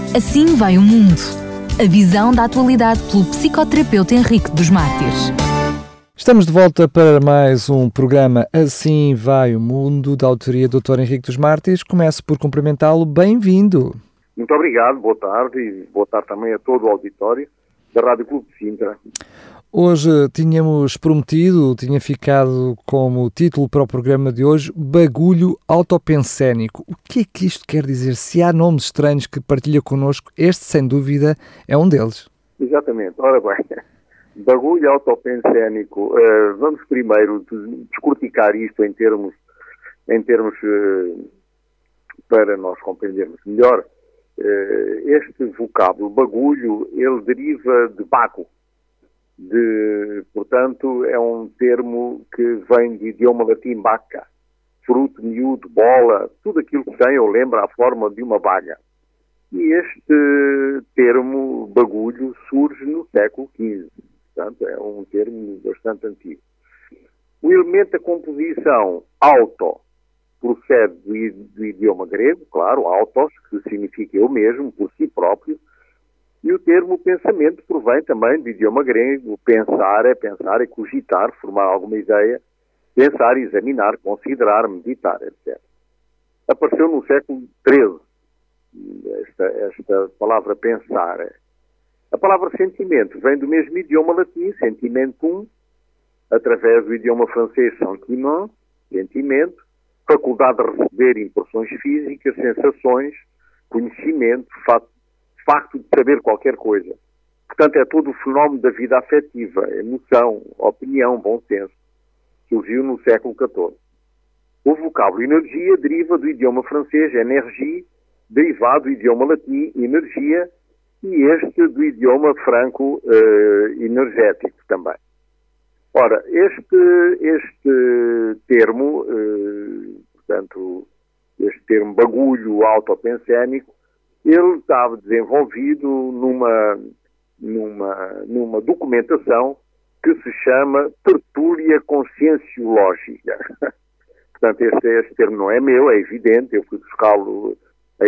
Assim vai o mundo. A visão da atualidade pelo psicoterapeuta Henrique dos Mártires. Estamos de volta para mais um programa Assim vai o Mundo, da autoria do Dr. Henrique dos Mártires. Começo por cumprimentá-lo. Bem-vindo. Muito obrigado, boa tarde e boa tarde também a todo o auditório da Rádio Clube de Sintra. Hoje tínhamos prometido, tinha ficado como título para o programa de hoje, Bagulho Autopensénico. O que é que isto quer dizer? Se há nomes estranhos que partilha connosco, este sem dúvida é um deles. Exatamente, ora bem, bagulho autopensénico. Vamos primeiro descorticar isto em termos para nós compreendermos melhor. Este vocábulo, bagulho, ele deriva de bago. Portanto, é um termo que vem de idioma latim baca, fruto, miúdo, bola, tudo aquilo que tem ou lembra a forma de uma baga. E este termo, bagulho, surge no século XV. Portanto, é um termo bastante antigo. O elemento da composição auto procede do idioma grego, claro, autos, que significa eu mesmo, por si próprio, e o termo pensamento provém também do idioma grego. Pensar é pensar, é cogitar, formar alguma ideia, pensar, examinar, considerar, meditar, etc. Apareceu no século XIII, esta palavra pensar. A palavra sentimento vem do mesmo idioma latim, sentimentum, através do idioma francês sentiment, sentimento, faculdade de receber impressões físicas, sensações, conhecimento, facto de saber qualquer coisa. Portanto, é todo o fenómeno da vida afetiva, emoção, opinião, bom senso. Surgiu no século XIV. O vocábulo energia deriva do idioma francês energie, derivado do idioma latim energia, e este do idioma franco energético também. Ora, este termo, portanto, este termo bagulho autopensénico, ele estava desenvolvido numa documentação que se chama tertúlia conscienciológica. Portanto, este termo não é meu, é evidente, eu fui buscá-lo a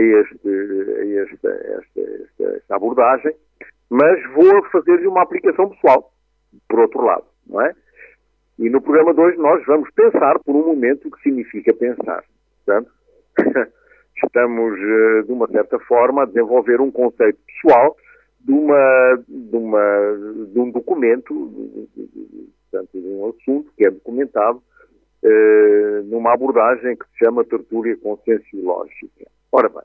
esta abordagem, mas vou fazer-lhe uma aplicação pessoal, por outro lado, não é? E no programa de hoje nós vamos pensar por um momento o que significa pensar. Portanto, estamos, de uma certa forma, a desenvolver um conceito pessoal de um documento, portanto, de um assunto que é documentado numa abordagem que se chama tertúlia conscienciológica. Ora bem,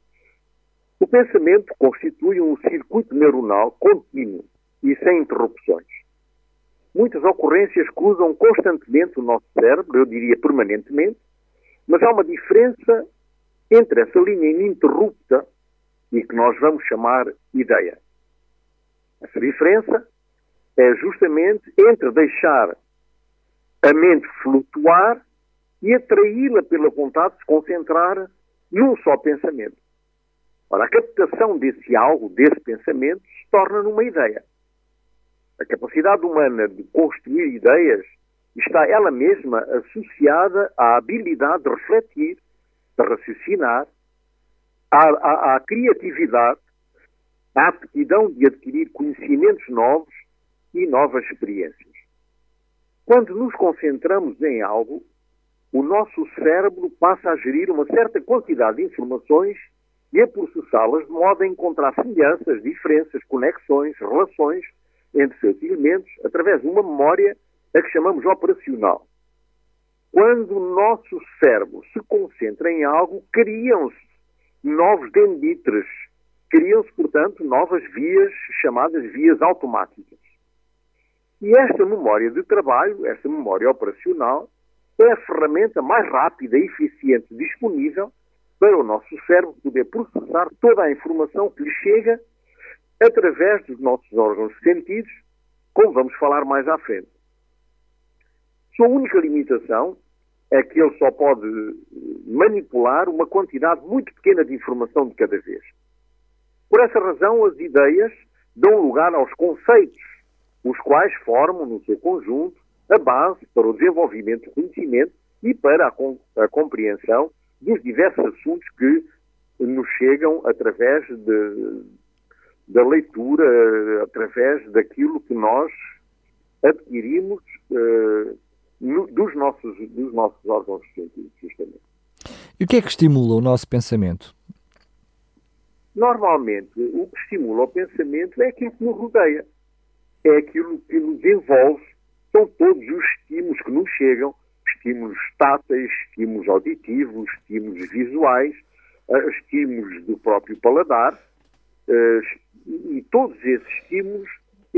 o pensamento constitui um circuito neuronal contínuo e sem interrupções. Muitas ocorrências cruzam constantemente o nosso cérebro, eu diria permanentemente, mas há uma diferença entre essa linha ininterrupta e que nós vamos chamar ideia. Essa diferença é justamente entre deixar a mente flutuar e atraí-la pela vontade de se concentrar num só pensamento. Ora, a captação desse algo, desse pensamento, se torna numa ideia. A capacidade humana de construir ideias está ela mesma associada à habilidade de refletir, de raciocinar, à criatividade, à aptidão de adquirir conhecimentos novos e novas experiências. Quando nos concentramos em algo, o nosso cérebro passa a gerir uma certa quantidade de informações e a processá-las de modo a encontrar semelhanças, diferenças, conexões, relações entre seus elementos através de uma memória a que chamamos operacional. Quando o nosso cérebro se concentra em algo, criam-se novos dendritos, criam-se, portanto, novas vias, chamadas vias automáticas. E esta memória de trabalho, esta memória operacional, é a ferramenta mais rápida e eficiente disponível para o nosso cérebro poder processar toda a informação que lhe chega através dos nossos órgãos sentidos, como vamos falar mais à frente. Sua única limitação é que ele só pode manipular uma quantidade muito pequena de informação de cada vez. Por essa razão, as ideias dão lugar aos conceitos, os quais formam, no seu conjunto, a base para o desenvolvimento do conhecimento e para a compreensão dos diversos assuntos que nos chegam através da leitura, através daquilo que nós adquirimos dos nossos órgãos científicos, justamente. E o que é que estimula o nosso pensamento? Normalmente, o que estimula o pensamento é aquilo que nos rodeia, é aquilo que nos envolve, são todos os estímulos que nos chegam, estímulos táteis, estímulos auditivos, estímulos visuais, estímulos do próprio paladar, e todos esses estímulos,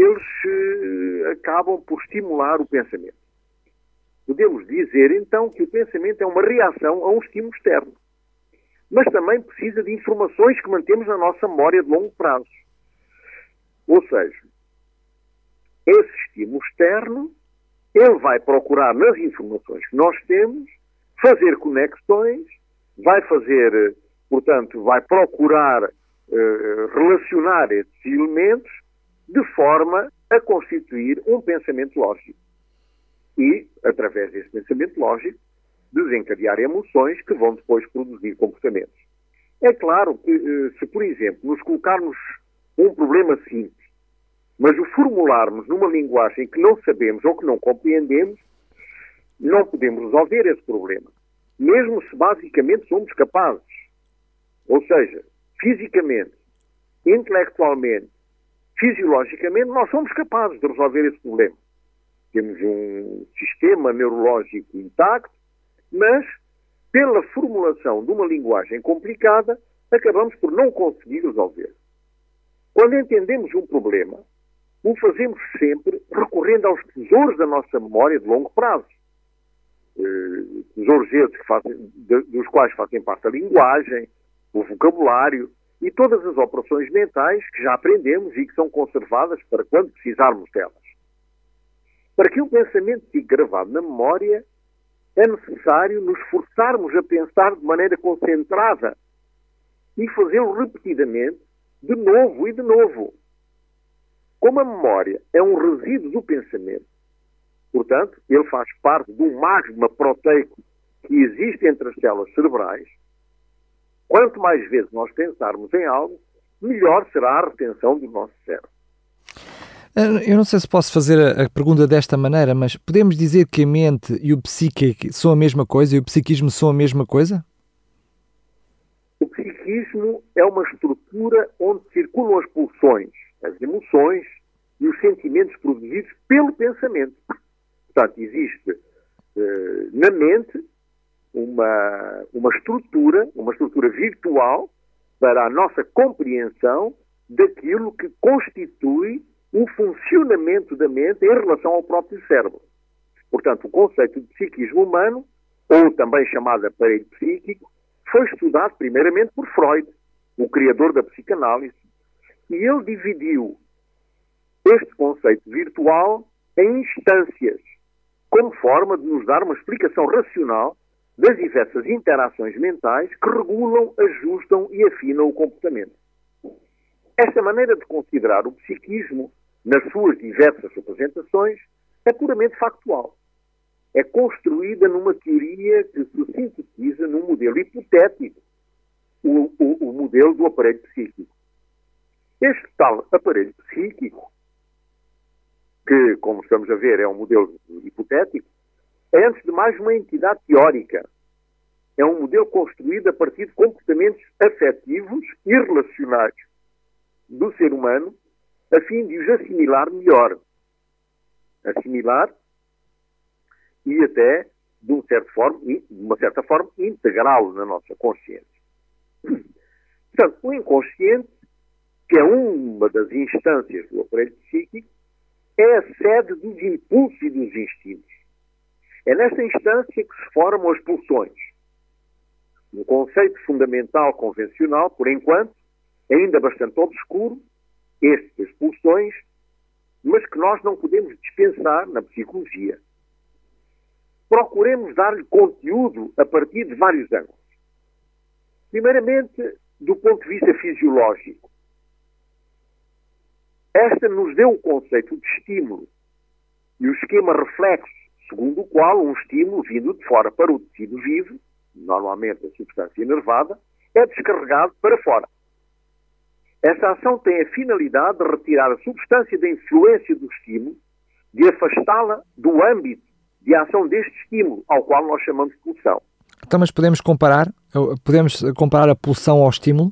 eles acabam por estimular o pensamento. Podemos dizer, então, que o pensamento é uma reação a um estímulo externo, mas também precisa de informações que mantemos na nossa memória de longo prazo. Ou seja, esse estímulo externo, ele vai procurar nas informações que nós temos, fazer conexões, vai fazer, portanto, vai procurar relacionar esses elementos de forma a constituir um pensamento lógico. E, através desse pensamento lógico, desencadear emoções que vão depois produzir comportamentos. É claro que, se, por exemplo, nos colocarmos um problema simples, mas o formularmos numa linguagem que não sabemos ou que não compreendemos, não podemos resolver esse problema. Mesmo se basicamente somos capazes. Ou seja, fisicamente, intelectualmente, fisiologicamente, nós somos capazes de resolver esse problema. Temos um sistema neurológico intacto, mas, pela formulação de uma linguagem complicada, acabamos por não conseguir resolver. Quando entendemos um problema, o fazemos sempre recorrendo aos tesouros da nossa memória de longo prazo. Tesouros esses dos quais fazem parte a linguagem, o vocabulário e todas as operações mentais que já aprendemos e que são conservadas para quando precisarmos delas. Para que o pensamento fique gravado na memória, é necessário nos forçarmos a pensar de maneira concentrada e fazê-lo repetidamente, de novo e de novo. Como a memória é um resíduo do pensamento, portanto, ele faz parte de um magma proteico que existe entre as células cerebrais, quanto mais vezes nós pensarmos em algo, melhor será a retenção do nosso cérebro. Eu não sei se posso fazer a pergunta desta maneira, mas podemos dizer que a mente e o psique são a mesma coisa e o psiquismo são a mesma coisa? O psiquismo é uma estrutura onde circulam as pulsões, as emoções e os sentimentos produzidos pelo pensamento. Portanto, existe na mente uma estrutura virtual para a nossa compreensão daquilo que constitui o funcionamento da mente em relação ao próprio cérebro. Portanto, o conceito de psiquismo humano, ou também chamado aparelho psíquico, foi estudado primeiramente por Freud, o criador da psicanálise, e ele dividiu este conceito virtual em instâncias, como forma de nos dar uma explicação racional das diversas interações mentais que regulam, ajustam e afinam o comportamento. Esta maneira de considerar o psiquismo, nas suas diversas representações, é puramente factual. É construída numa teoria que se sintetiza num modelo hipotético, o modelo do aparelho psíquico. Este tal aparelho psíquico, que, como estamos a ver, é um modelo hipotético, é, antes de mais, uma entidade teórica. É um modelo construído a partir de comportamentos afetivos e relacionais do ser humano, a fim de os assimilar melhor. Assimilar e até, de uma certa forma, integrá-lo na nossa consciência. Portanto, o inconsciente, que é uma das instâncias do aparelho psíquico, é a sede dos impulsos e dos instintos. É nesta instância que se formam as pulsões. Um conceito fundamental convencional, por enquanto, ainda bastante obscuro, este das pulsões, mas que nós não podemos dispensar na psicologia. Procuremos dar-lhe conteúdo a partir de vários ângulos. Primeiramente, do ponto de vista fisiológico. Esta nos deu o conceito de estímulo e o esquema reflexo, segundo o qual um estímulo vindo de fora para o tecido vivo, normalmente a substância inervada, é descarregado para fora. Esta ação tem a finalidade de retirar a substância da influência do estímulo, de afastá-la do âmbito de ação deste estímulo, ao qual nós chamamos de pulsão. Então, mas podemos comparar a pulsão ao estímulo?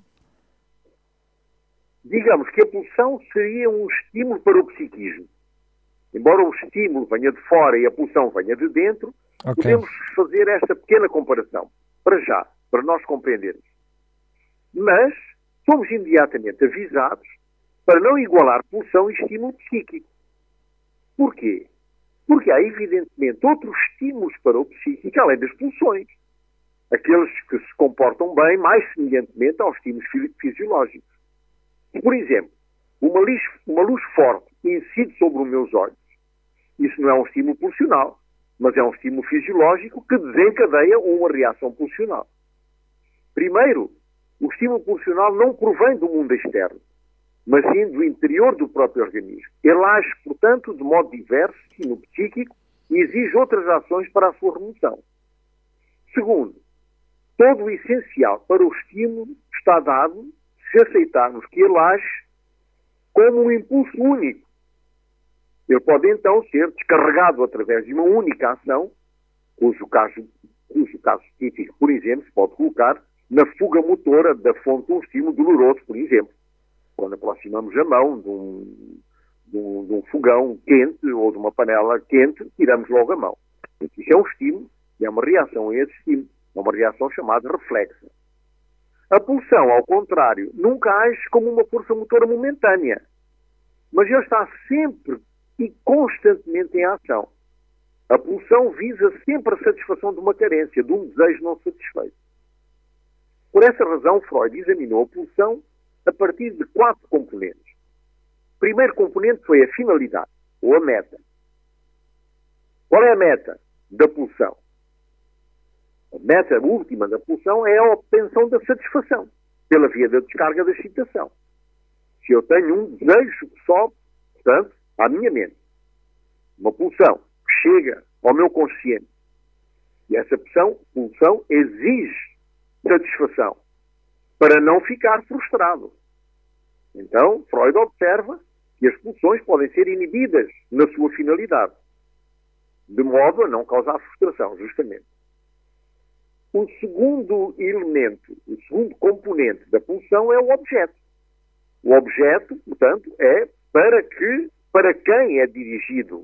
Digamos que a pulsão seria um estímulo para o psiquismo. Embora o estímulo venha de fora e a pulsão venha de dentro, podemos fazer esta pequena comparação, para nós compreendermos. Mas somos imediatamente avisados para não igualar pulsão e estímulo psíquico. Porquê? Porque há, evidentemente, outros estímulos para o psíquico, além das pulsões. Aqueles que se comportam bem, mais semelhantemente aos estímulos fisiológicos. Por exemplo, uma luz forte incide sobre os meus olhos. Isso não é um estímulo pulsional, mas é um estímulo fisiológico que desencadeia uma reação pulsional. Primeiro, o estímulo pulsional não provém do mundo externo, mas sim do interior do próprio organismo. Ele age, portanto, de modo diverso no psíquico e exige outras ações para a sua remoção. Segundo, todo o essencial para o estímulo está dado se aceitarmos que ele age como um impulso único. Ele pode então ser descarregado através de uma única ação, cujo caso típico, por exemplo, se pode colocar na fuga motora da fonte de um estímulo doloroso, por exemplo. Quando aproximamos a mão de um fogão quente ou de uma panela quente, tiramos logo a mão. Isso é um estímulo e é uma reação a esse estímulo. É uma reação chamada reflexa. A pulsão, ao contrário, nunca age como uma força motora momentânea, mas ele está sempre e constantemente em ação. A pulsão visa sempre a satisfação de uma carência, de um desejo não satisfeito. Por essa razão, Freud examinou a pulsão a partir de 4 componentes. O primeiro componente foi a finalidade, ou a meta. Qual é a meta da pulsão? A meta última da pulsão é a obtenção da satisfação, pela via da descarga da excitação. Se eu tenho um desejo que sobe, portanto, à minha mente, uma pulsão que chega ao meu consciente, e essa pulsão exige satisfação para não ficar frustrado. Então, Freud observa que as pulsões podem ser inibidas na sua finalidade, de modo a não causar frustração, justamente. O segundo elemento, o segundo componente da pulsão é o objeto. O objeto, portanto, é para quem é dirigida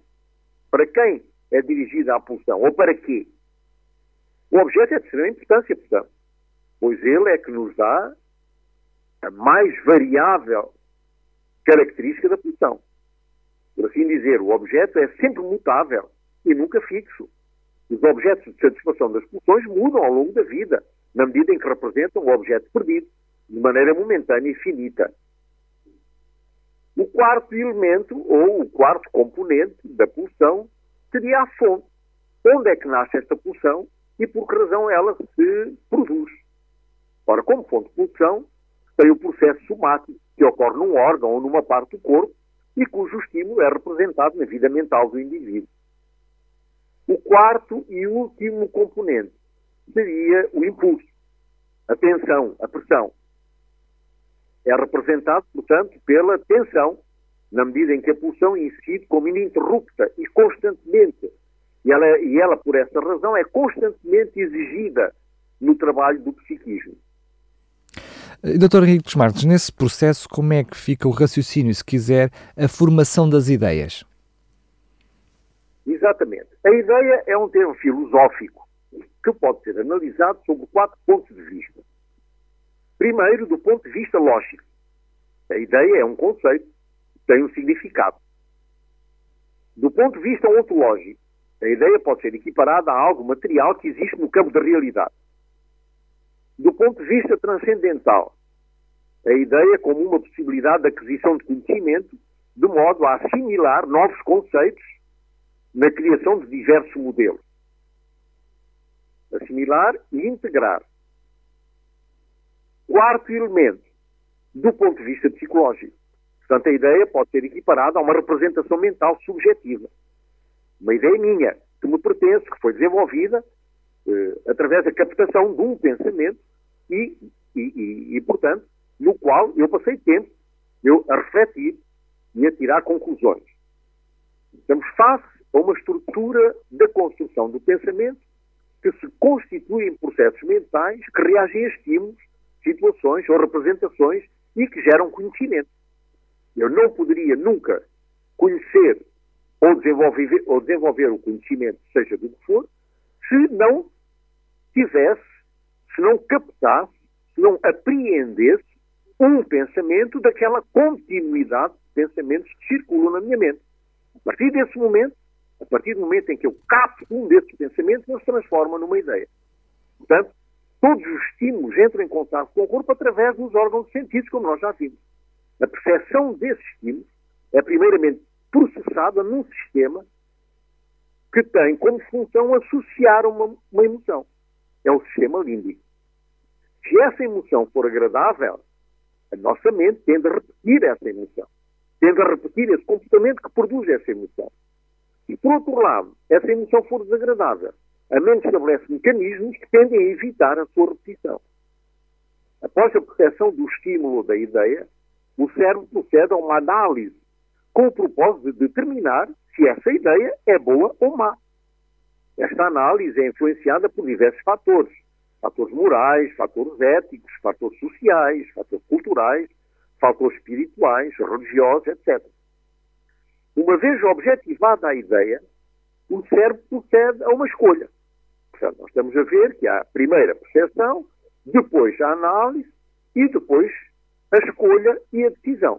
a pulsão, ou para quê? O objeto é de extrema importância, portanto, pois ele é que nos dá a mais variável característica da pulsão. Por assim dizer, o objeto é sempre mutável e nunca fixo. Os objetos de satisfação das pulsões mudam ao longo da vida, na medida em que representam o objeto perdido, de maneira momentânea e finita. O quarto elemento, ou o quarto componente da pulsão, seria a fonte. Onde é que nasce esta pulsão e por que razão ela se produz? Ora, como fonte de pulsão, tem o processo somático, que ocorre num órgão ou numa parte do corpo e cujo estímulo é representado na vida mental do indivíduo. O quarto e último componente seria o impulso, a tensão, a pressão. É representado, portanto, pela tensão, na medida em que a pulsão incide como ininterrupta e constantemente. E ela, por essa razão, é constantemente exigida no trabalho do psiquismo. Dr. Henrique dos Martins, nesse processo, como é que fica o raciocínio, se quiser, a formação das ideias? Exatamente. A ideia é um termo filosófico que pode ser analisado sob 4 pontos de vista. Primeiro, do ponto de vista lógico. A ideia é um conceito, tem um significado. Do ponto de vista ontológico, a ideia pode ser equiparada a algo material que existe no campo da realidade. Do ponto de vista transcendental, a ideia como uma possibilidade de aquisição de conhecimento, de modo a assimilar novos conceitos na criação de diversos modelos. Assimilar e integrar. Quarto elemento, do ponto de vista psicológico. Portanto, a ideia pode ser equiparada a uma representação mental subjetiva. Uma ideia minha, que me pertence, que foi desenvolvida através da captação de um pensamento e portanto, no qual eu passei tempo a refletir e a tirar conclusões. Estamos face a uma estrutura da construção do pensamento que se constitui em processos mentais que reagem a estímulos, situações ou representações e que geram conhecimento. Eu não poderia nunca conhecer ou desenvolver o conhecimento, seja do que for, se não tivesse, se não captasse, se não apreendesse um pensamento daquela continuidade de pensamentos que circulam na minha mente. A partir desse momento, a partir do momento em que eu capto um desses pensamentos, ele se transforma numa ideia. Portanto, todos os estímulos entram em contato com o corpo através dos órgãos sentidos, como nós já vimos. A percepção desses estímulos é primeiramente processada num sistema que tem como função associar uma emoção. É o sistema límbico. Se essa emoção for agradável, a nossa mente tende a repetir essa emoção. Tende a repetir esse comportamento que produz essa emoção. Se, por outro lado, essa emoção for desagradável, a mente estabelece mecanismos que tendem a evitar a sua repetição. Após a percepção do estímulo ou da ideia, o cérebro procede a uma análise com o propósito de determinar se essa ideia é boa ou má. Esta análise é influenciada por diversos fatores. Fatores morais, fatores éticos, fatores sociais, fatores culturais, fatores espirituais, religiosos, etc. Uma vez objetivada a ideia, o cérebro procede a uma escolha. Portanto, nós estamos a ver que há a primeira percepção, depois a análise e depois a escolha e a decisão.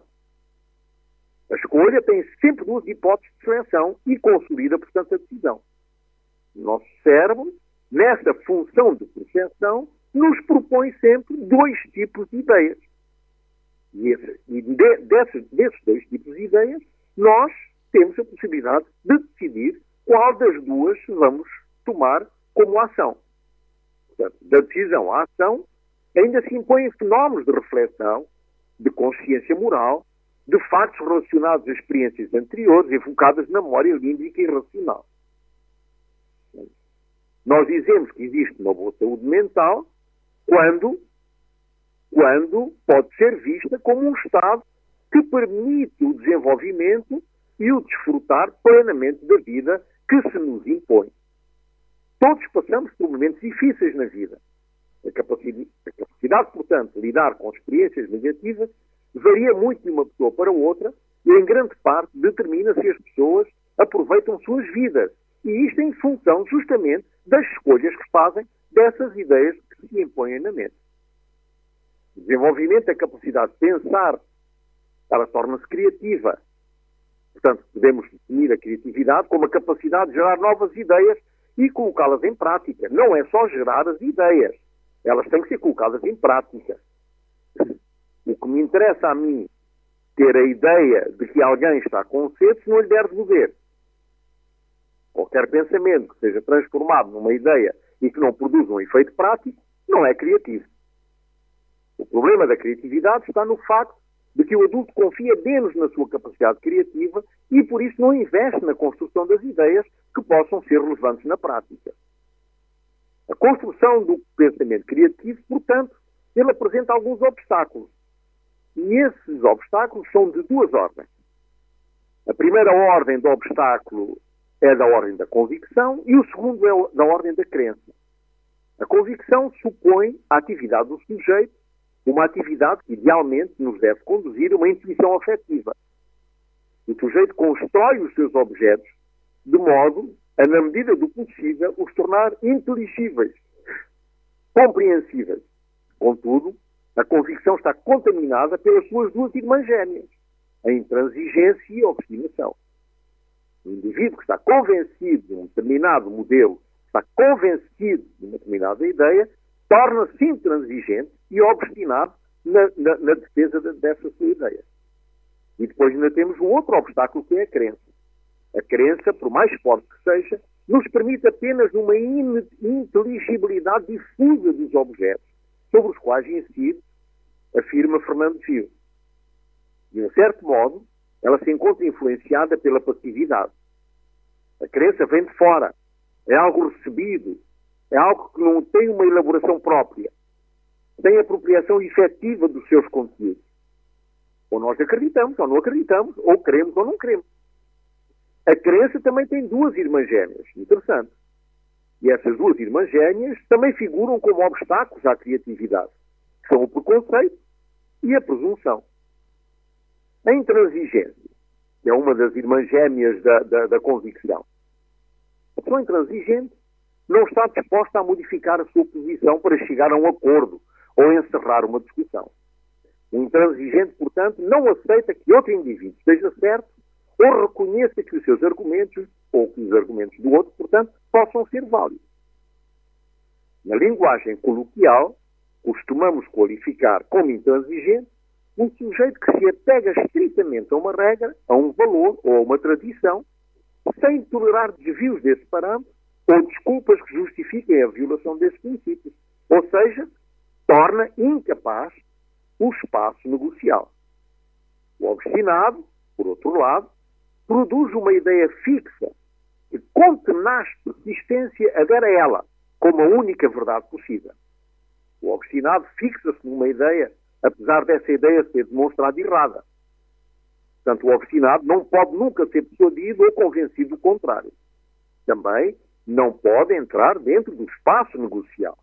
A escolha tem sempre duas hipóteses de seleção e consolida, portanto, a decisão. O nosso cérebro, nessa função de percepção, nos propõe sempre dois tipos de ideias. Desses dois tipos de ideias, nós temos a possibilidade de decidir qual das duas vamos tomar como ação. Portanto, da decisão à ação, ainda se impõem fenómenos de reflexão, de consciência moral, de factos relacionados a experiências anteriores evocadas na memória límbica e racional. Nós dizemos que existe uma boa saúde mental quando pode ser vista como um estado que permite o desenvolvimento e o desfrutar plenamente da vida que se nos impõe. Todos passamos por momentos difíceis na vida. A capacidade, portanto, de lidar com experiências negativas varia muito de uma pessoa para outra e, em grande parte, determina se as pessoas aproveitam suas vidas. E isto em função, justamente, das escolhas que fazem dessas ideias que se impõem na mente. O desenvolvimento da capacidade de pensar, ela torna-se criativa. Portanto, podemos definir a criatividade como a capacidade de gerar novas ideias e colocá-las em prática. Não é só gerar as ideias. Elas têm que ser colocadas em prática. O que me interessa a mim ter a ideia de que alguém está com sede se não lhe der de beber. Qualquer pensamento que seja transformado numa ideia e que não produza um efeito prático, não é criativo. O problema da criatividade está no facto de que o adulto confia menos na sua capacidade criativa e, por isso, não investe na construção das ideias que possam ser relevantes na prática. A construção do pensamento criativo, portanto, ele apresenta alguns obstáculos. E esses obstáculos são de duas ordens. A primeira ordem do obstáculo é da ordem da convicção e o segundo é da ordem da crença. A convicção supõe a atividade do sujeito, uma atividade que idealmente nos deve conduzir a uma intuição afetiva. O sujeito constrói os seus objetos de modo a, na medida do possível, os tornar inteligíveis, compreensíveis. Contudo, a convicção está contaminada pelas suas duas irmãs gêmeas, a intransigência e a obstinação. O indivíduo que está convencido de um determinado modelo, está convencido de uma determinada ideia, torna-se intransigente e obstinado na defesa dessa sua ideia. E depois ainda temos um outro obstáculo, que é a crença. A crença, por mais forte que seja, nos permite apenas uma inteligibilidade difusa dos objetos sobre os quais incide, afirma Fernando Gil. De um certo modo, ela se encontra influenciada pela passividade. A crença vem de fora, é algo recebido, é algo que não tem uma elaboração própria. sem apropriação efetiva dos seus conteúdos. Ou nós acreditamos, ou não acreditamos, ou queremos ou não queremos. A crença também tem duas irmãs gêmeas. Interessante. E essas duas irmãs gêmeas também figuram como obstáculos à criatividade, que são o preconceito e a presunção. A intransigência é uma das irmãs gêmeas da convicção. A pessoa intransigente não está disposta a modificar a sua posição para chegar a um acordo ou encerrar uma discussão. O intransigente, portanto, não aceita que outro indivíduo esteja certo ou reconheça que os seus argumentos, ou que os argumentos do outro, portanto, possam ser válidos. Na linguagem coloquial, costumamos qualificar como intransigente um sujeito que se apega estritamente a uma regra, a um valor ou a uma tradição, sem tolerar desvios desse parâmetro ou desculpas que justifiquem a violação desses princípios. Ou seja, torna incapaz o espaço negocial. O obstinado, por outro lado, produz uma ideia fixa que, com tenaz persistência, adere a ela como a única verdade possível. O obstinado fixa-se numa ideia, apesar dessa ideia ser demonstrada errada. Portanto, o obstinado não pode nunca ser persuadido ou convencido do contrário. Também não pode entrar dentro do espaço negocial.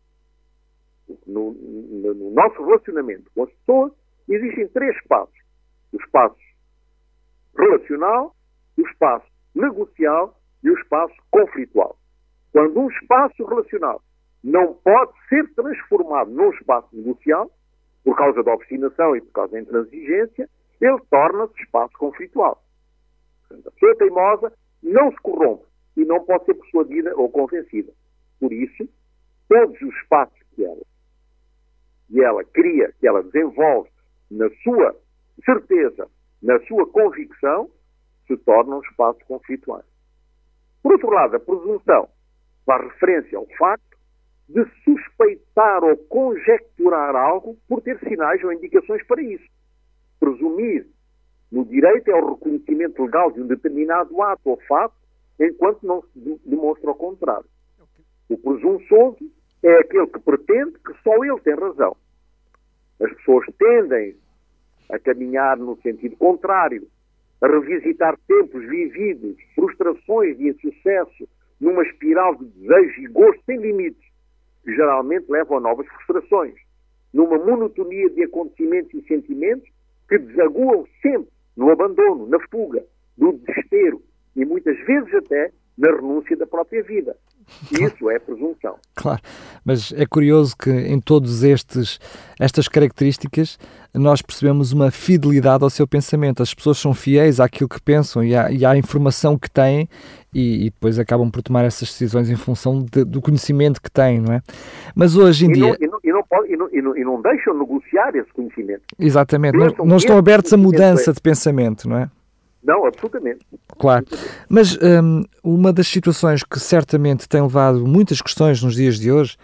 No nosso relacionamento com as pessoas, existem três espaços. O espaço relacional, o espaço negocial e o espaço conflitual. Quando um espaço relacional não pode ser transformado num espaço negocial, por causa da obstinação e por causa da intransigência, ele torna-se espaço conflitual. Portanto, a pessoa teimosa não se corrompe e não pode ser persuadida ou convencida. Por isso, todos os espaços que ela cria, que ela desenvolve na sua certeza, na sua convicção, se tornam espaços conflituais. Por outro lado, a presunção faz referência ao facto de suspeitar ou conjecturar algo por ter sinais ou indicações para isso. Presumir no direito é o reconhecimento legal de um determinado ato ou fato, enquanto não se demonstra o contrário. O presunçoso é aquele que pretende que só ele tem razão. As pessoas tendem a caminhar no sentido contrário, a revisitar tempos vividos, frustrações de insucesso, numa espiral de desejo e gosto sem limites, que geralmente levam a novas frustrações, numa monotonia de acontecimentos e sentimentos que desaguam sempre no abandono, na fuga, no desespero e muitas vezes até na renúncia da própria vida. Isso é presunção. Claro, mas é curioso que em todas estas características nós percebemos uma fidelidade ao seu pensamento. As pessoas são fiéis àquilo que pensam e à informação que têm e depois acabam por tomar essas decisões em função do conhecimento que têm, não é? Mas hoje em dia... E não deixam negociar esse conhecimento. Exatamente, não estão abertos a mudança de pensamento, não é? Não, absolutamente. Claro. Mas uma das situações que certamente tem levado muitas questões nos dias de hoje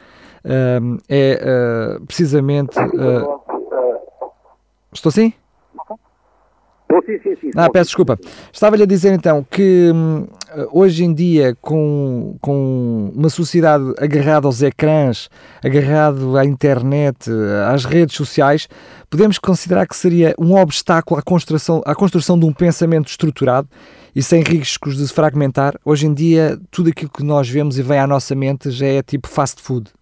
é precisamente... Estou sim? Sim. Peço desculpa. Estava-lhe a dizer então que hoje em dia, com uma sociedade agarrada aos ecrãs, agarrado à internet, às redes sociais, podemos considerar que seria um obstáculo à construção de um pensamento estruturado e sem riscos de se fragmentar. Hoje em dia, tudo aquilo que nós vemos e vem à nossa mente já é tipo fast food.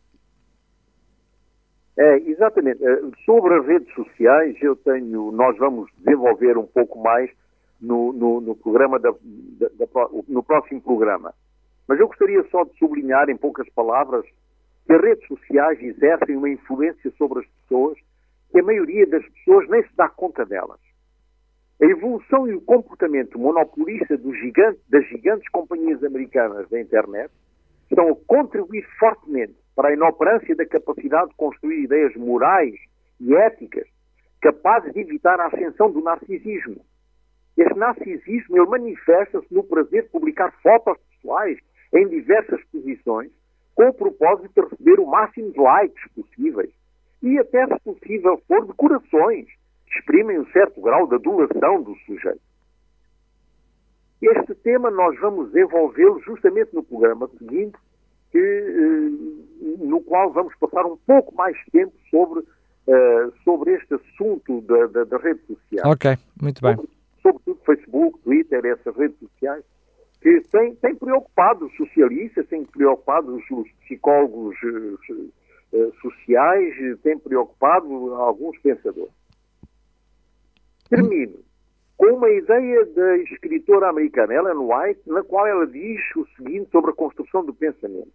Exatamente. Sobre as redes sociais, nós vamos desenvolver um pouco mais no programa no próximo programa. Mas eu gostaria só de sublinhar, em poucas palavras, que as redes sociais exercem uma influência sobre as pessoas que a maioria das pessoas nem se dá conta delas. A evolução e o comportamento monopolista das gigantes companhias americanas da internet estão a contribuir fortemente para a inoperância da capacidade de construir ideias morais e éticas capazes de evitar a ascensão do narcisismo. Este narcisismo ele manifesta-se no prazer de publicar fotos pessoais em diversas posições com o propósito de receber o máximo de likes possíveis e até, se possível for, de corações que exprimem um certo grau de adulação do sujeito. Este tema nós vamos desenvolvê-lo justamente no programa seguinte, que no qual vamos passar um pouco mais tempo sobre este assunto das redes sociais. Ok, muito bem. Sobretudo Facebook, Twitter, essas redes sociais, que têm preocupado os socialistas, têm preocupado os psicólogos sociais, têm preocupado alguns pensadores. Termino com uma ideia da escritora americana Ellen White, na qual ela diz o seguinte sobre a construção do pensamento.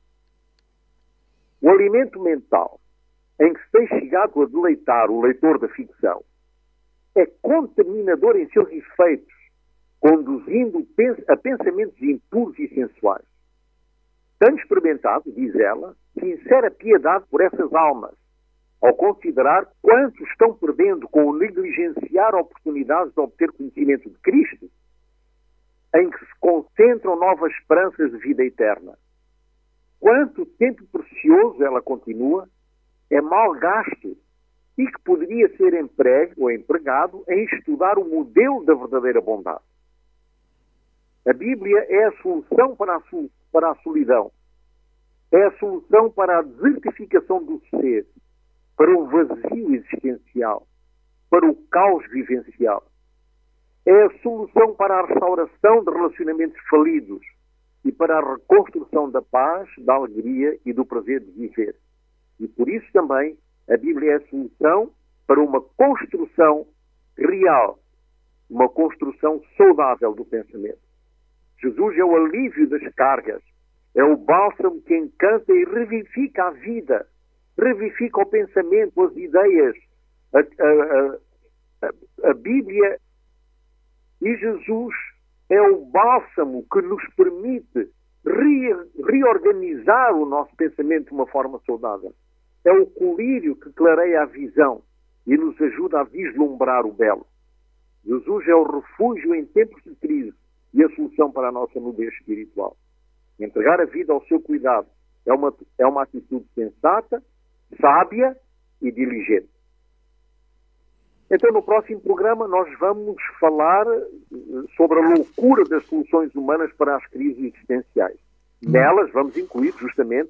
O alimento mental em que se tem chegado a deleitar o leitor da ficção é contaminador em seus efeitos, conduzindo a pensamentos impuros e sensuais. Tenho experimentado, diz ela, sincera piedade por essas almas, ao considerar quanto estão perdendo com o negligenciar oportunidades de obter conhecimento de Cristo, em que se concentram novas esperanças de vida eterna. Quanto tempo precioso, ela continua, é mal gasto e que poderia ser empregado em estudar o modelo da verdadeira bondade. A Bíblia é a solução para a solidão, é a solução para a desertificação do ser, para o vazio existencial, para o caos vivencial. É a solução para a restauração de relacionamentos falidos e para a reconstrução da paz, da alegria e do prazer de viver. E por isso também a Bíblia é a solução para uma construção real, uma construção saudável do pensamento. Jesus é o alívio das cargas, é o bálsamo que encanta e revivifica a vida, revivifica o pensamento, as ideias. A Bíblia e Jesus é o bálsamo que nos permite reorganizar o nosso pensamento de uma forma saudável. É o colírio que clareia a visão e nos ajuda a vislumbrar o belo. Jesus é o refúgio em tempos de crise e a solução para a nossa nudez espiritual. Entregar a vida ao seu cuidado é uma atitude sensata, sábia e diligente. Então, no próximo programa, nós vamos falar sobre a loucura das soluções humanas para as crises existenciais. Nelas, vamos incluir justamente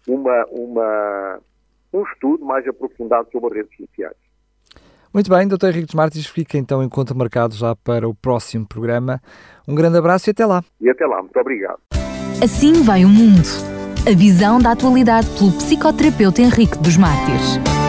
um estudo mais aprofundado sobre as redes sociais. Muito bem, Dr. Henrique dos Mártires, fica então em conta marcado já para o próximo programa. Um grande abraço e até lá. E até lá, muito obrigado. Assim vai o mundo. A visão da atualidade pelo psicoterapeuta Henrique dos Mártires.